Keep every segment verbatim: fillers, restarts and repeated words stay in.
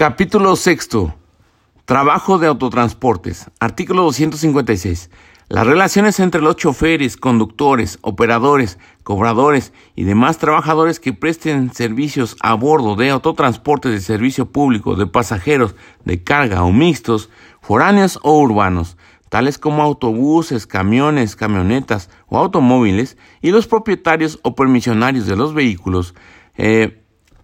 Capítulo sexto. Trabajo de autotransportes. Artículo doscientos cincuenta y seis. Las relaciones entre los choferes, conductores, operadores, cobradores y demás trabajadores que presten servicios a bordo de autotransportes de servicio público de pasajeros, de carga o mixtos, foráneos o urbanos, tales como autobuses, camiones, camionetas o automóviles, y los propietarios o permisionarios de los vehículos, eh,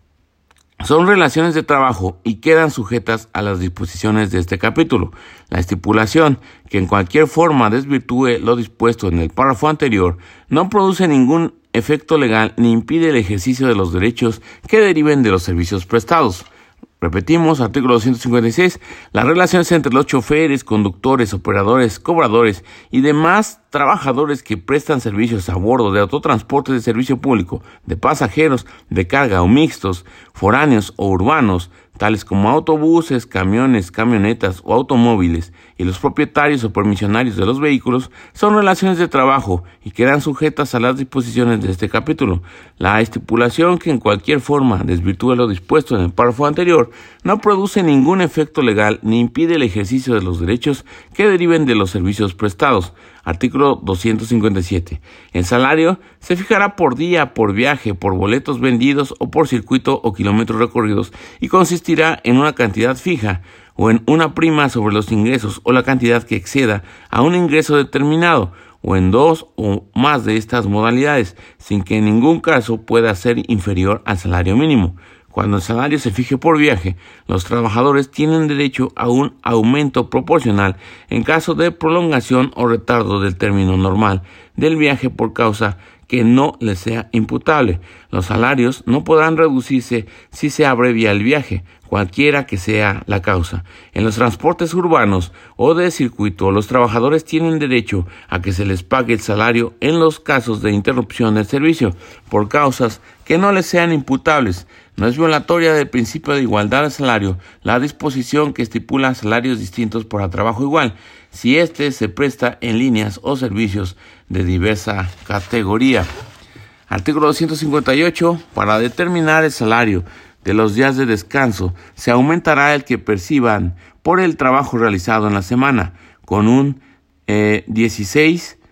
son relaciones de trabajo y quedan sujetas a las disposiciones de este capítulo. La estipulación que en cualquier forma desvirtúe lo dispuesto en el párrafo anterior no produce ningún efecto legal ni impide el ejercicio de los derechos que deriven de los servicios prestados. Repetimos, artículo doscientos cincuenta y seis. Las relaciones entre los choferes, conductores, operadores, cobradores y demás trabajadores que prestan servicios a bordo de autotransportes de servicio público, de pasajeros, de carga o mixtos, foráneos o urbanos, tales como autobuses, camiones, camionetas o automóviles, y los propietarios o permisionarios de los vehículos, son relaciones de trabajo y quedan sujetas a las disposiciones de este capítulo. La estipulación que en cualquier forma desvirtúe lo dispuesto en el párrafo anterior no produce ningún efecto legal ni impide el ejercicio de los derechos que deriven de los servicios prestados. Artículo doscientos cincuenta y siete. El salario se fijará por día, por viaje, por boletos vendidos o por circuito o kilómetros recorridos y consistirá en una cantidad fija o en una prima sobre los ingresos o la cantidad que exceda a un ingreso determinado, o en dos o más de estas modalidades, sin que en ningún caso pueda ser inferior al salario mínimo. Cuando el salario se fije por viaje, los trabajadores tienen derecho a un aumento proporcional en caso de prolongación o retardo del término normal del viaje por causa que no les sea imputable. Los salarios no podrán reducirse si se abrevia el viaje, cualquiera que sea la causa. En los transportes urbanos o de circuito, los trabajadores tienen derecho a que se les pague el salario en los casos de interrupción del servicio por causas que no les sean imputables. No es violatoria del principio de igualdad de salario la disposición que estipula salarios distintos para trabajo igual, si éste se presta en líneas o servicios de diversa categoría. Artículo doscientos cincuenta y ocho. Para determinar el salario de los días de descanso, se aumentará el que perciban por el trabajo realizado en la semana, con un eh, dieciséis coma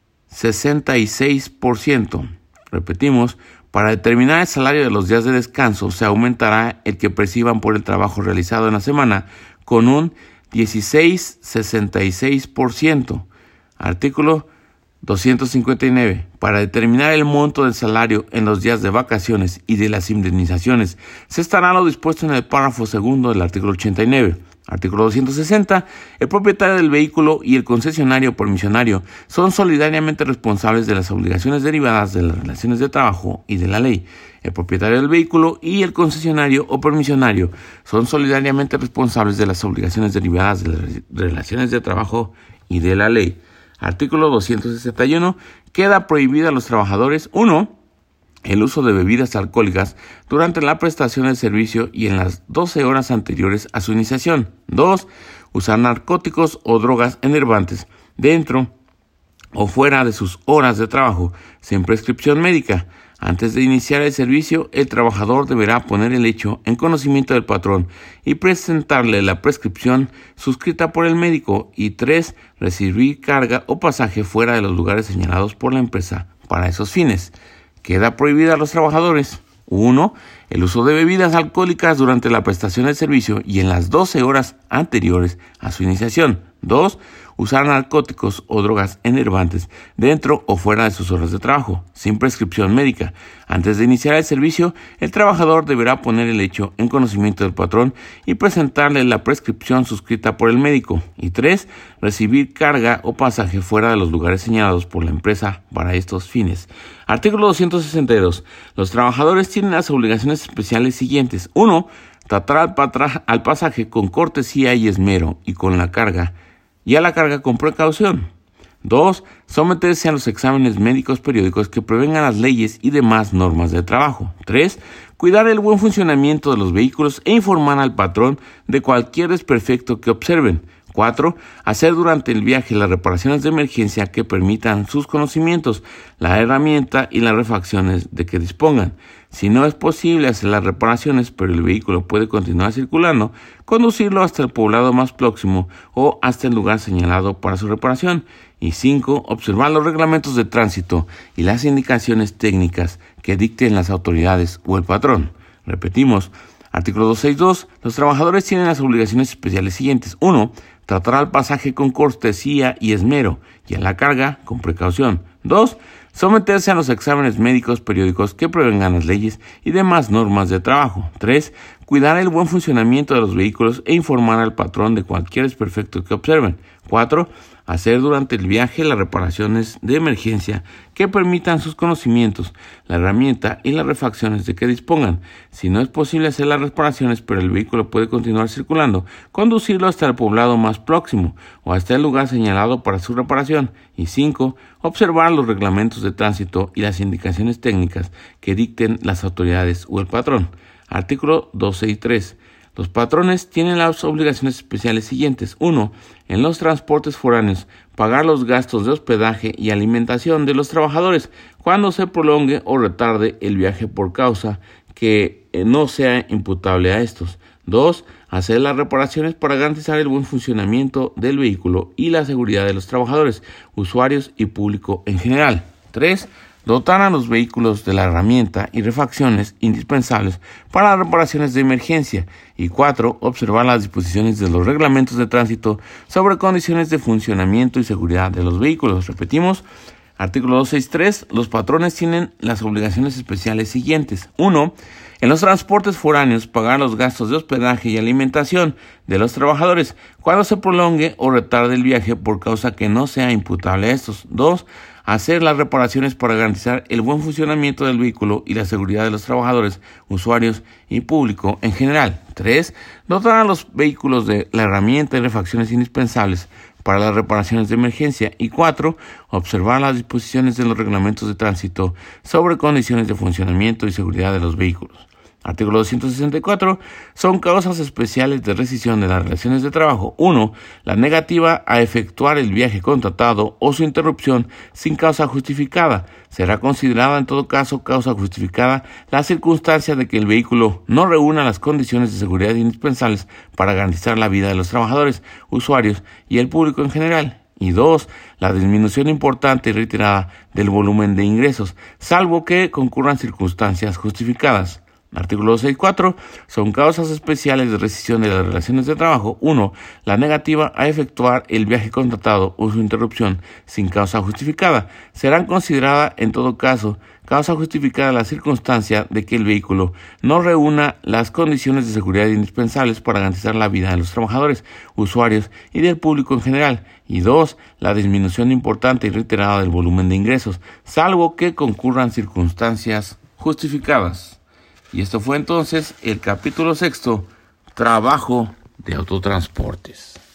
sesenta y seis por ciento. Repetimos, para determinar el salario de los días de descanso, se aumentará el que perciban por el trabajo realizado en la semana, con un dieciséis coma sesenta y seis por ciento. Artículo doscientos cincuenta y nueve. Para determinar el monto del salario en los días de vacaciones y de las indemnizaciones, se estará lo dispuesto en el párrafo segundo del artículo ochenta y nueve. Artículo doscientos sesenta. El propietario del vehículo y el concesionario o permisionario son solidariamente responsables de las obligaciones derivadas de las relaciones de trabajo y de la ley. El propietario del vehículo y el concesionario o permisionario son solidariamente responsables de las obligaciones derivadas de las relaciones de trabajo y de la ley. Artículo doscientos sesenta y uno. Queda prohibido a los trabajadores: uno. El uso de bebidas alcohólicas durante la prestación del servicio y en las doce horas anteriores a su iniciación. dos. Usar narcóticos o drogas enervantes dentro o fuera de sus horas de trabajo, sin prescripción médica. Antes de iniciar el servicio, el trabajador deberá poner el hecho en conocimiento del patrón y presentarle la prescripción suscrita por el médico. Y tres. Recibir carga o pasaje fuera de los lugares señalados por la empresa para esos fines. Queda prohibida a los trabajadores: uno. El uso de bebidas alcohólicas durante la prestación del servicio y en las doce horas anteriores a su iniciación. dos. Usar narcóticos o drogas enervantes dentro o fuera de sus horas de trabajo, sin prescripción médica. Antes de iniciar el servicio, el trabajador deberá poner el hecho en conocimiento del patrón y presentarle la prescripción suscrita por el médico. Y tres. Recibir carga o pasaje fuera de los lugares señalados por la empresa para estos fines. Artículo doscientos sesenta y dos. Los trabajadores tienen las obligaciones especiales siguientes: uno. Tratar al, patra- al pasaje con cortesía y esmero y con la carga y a la carga con precaución. dos. Someterse a los exámenes médicos periódicos que prevengan las leyes y demás normas de trabajo. tres. Cuidar el buen funcionamiento de los vehículos e informar al patrón de cualquier desperfecto que observen. cuatro. Hacer durante el viaje las reparaciones de emergencia que permitan sus conocimientos, la herramienta y las refacciones de que dispongan. Si no es posible hacer las reparaciones, pero el vehículo puede continuar circulando, conducirlo hasta el poblado más próximo o hasta el lugar señalado para su reparación. Y cinco. Observar los reglamentos de tránsito y las indicaciones técnicas que dicten las autoridades o el patrón. Repetimos. Artículo doscientos sesenta y dos. Los trabajadores tienen las obligaciones especiales siguientes. uno. Tratar al pasaje con cortesía y esmero y a la carga con precaución. dos. Someterse a los exámenes médicos periódicos que prevengan las leyes y demás normas de trabajo. tres. Cuidar el buen funcionamiento de los vehículos e informar al patrón de cualquier desperfecto que observen. cuatro. Hacer durante el viaje las reparaciones de emergencia que permitan sus conocimientos, la herramienta y las refacciones de que dispongan. Si no es posible hacer las reparaciones, pero el vehículo puede continuar circulando, conducirlo hasta el poblado más próximo o hasta el lugar señalado para su reparación. Y cinco. Observar los reglamentos de tránsito y las indicaciones técnicas que dicten las autoridades o el patrón. Artículo doscientos sesenta y tres. Los patrones tienen las obligaciones especiales siguientes. uno. En los transportes foráneos, pagar los gastos de hospedaje y alimentación de los trabajadores cuando se prolongue o retarde el viaje por causa que no sea imputable a estos. dos. Hacer las reparaciones para garantizar el buen funcionamiento del vehículo y la seguridad de los trabajadores, usuarios y público en general. tres. Dotar a los vehículos de la herramienta y refacciones indispensables para las reparaciones de emergencia. Y cuatro. Observar las disposiciones de los reglamentos de tránsito sobre condiciones de funcionamiento y seguridad de los vehículos. Repetimos. Artículo doscientos sesenta y tres. Los patrones tienen las obligaciones especiales siguientes. uno. En los transportes foráneos, pagar los gastos de hospedaje y alimentación de los trabajadores cuando se prolongue o retarde el viaje por causa que no sea imputable a estos. dos. Hacer las reparaciones para garantizar el buen funcionamiento del vehículo y la seguridad de los trabajadores, usuarios y público en general. tres. Dotar a los vehículos de la herramienta y refacciones indispensables para las reparaciones de emergencia. Y cuatro. Observar las disposiciones de los reglamentos de tránsito sobre condiciones de funcionamiento y seguridad de los vehículos. Artículo doscientos sesenta y cuatro. Son causas especiales de rescisión de las relaciones de trabajo. uno. La negativa a efectuar el viaje contratado o su interrupción sin causa justificada. Será considerada en todo caso causa justificada la circunstancia de que el vehículo no reúna las condiciones de seguridad indispensables para garantizar la vida de los trabajadores, usuarios y el público en general. Y dos. La disminución importante y reiterada del volumen de ingresos, salvo que concurran circunstancias justificadas. Artículo doscientos sesenta y cuatro. Son causas especiales de rescisión de las relaciones de trabajo. uno. La negativa a efectuar el viaje contratado o su interrupción sin causa justificada. Serán consideradas en todo caso causa justificada la circunstancia de que el vehículo no reúna las condiciones de seguridad indispensables para garantizar la vida de los trabajadores, usuarios y del público en general. Y dos. La disminución importante y reiterada del volumen de ingresos, salvo que concurran circunstancias justificadas. Y esto fue entonces el capítulo sexto, trabajo de autotransportes.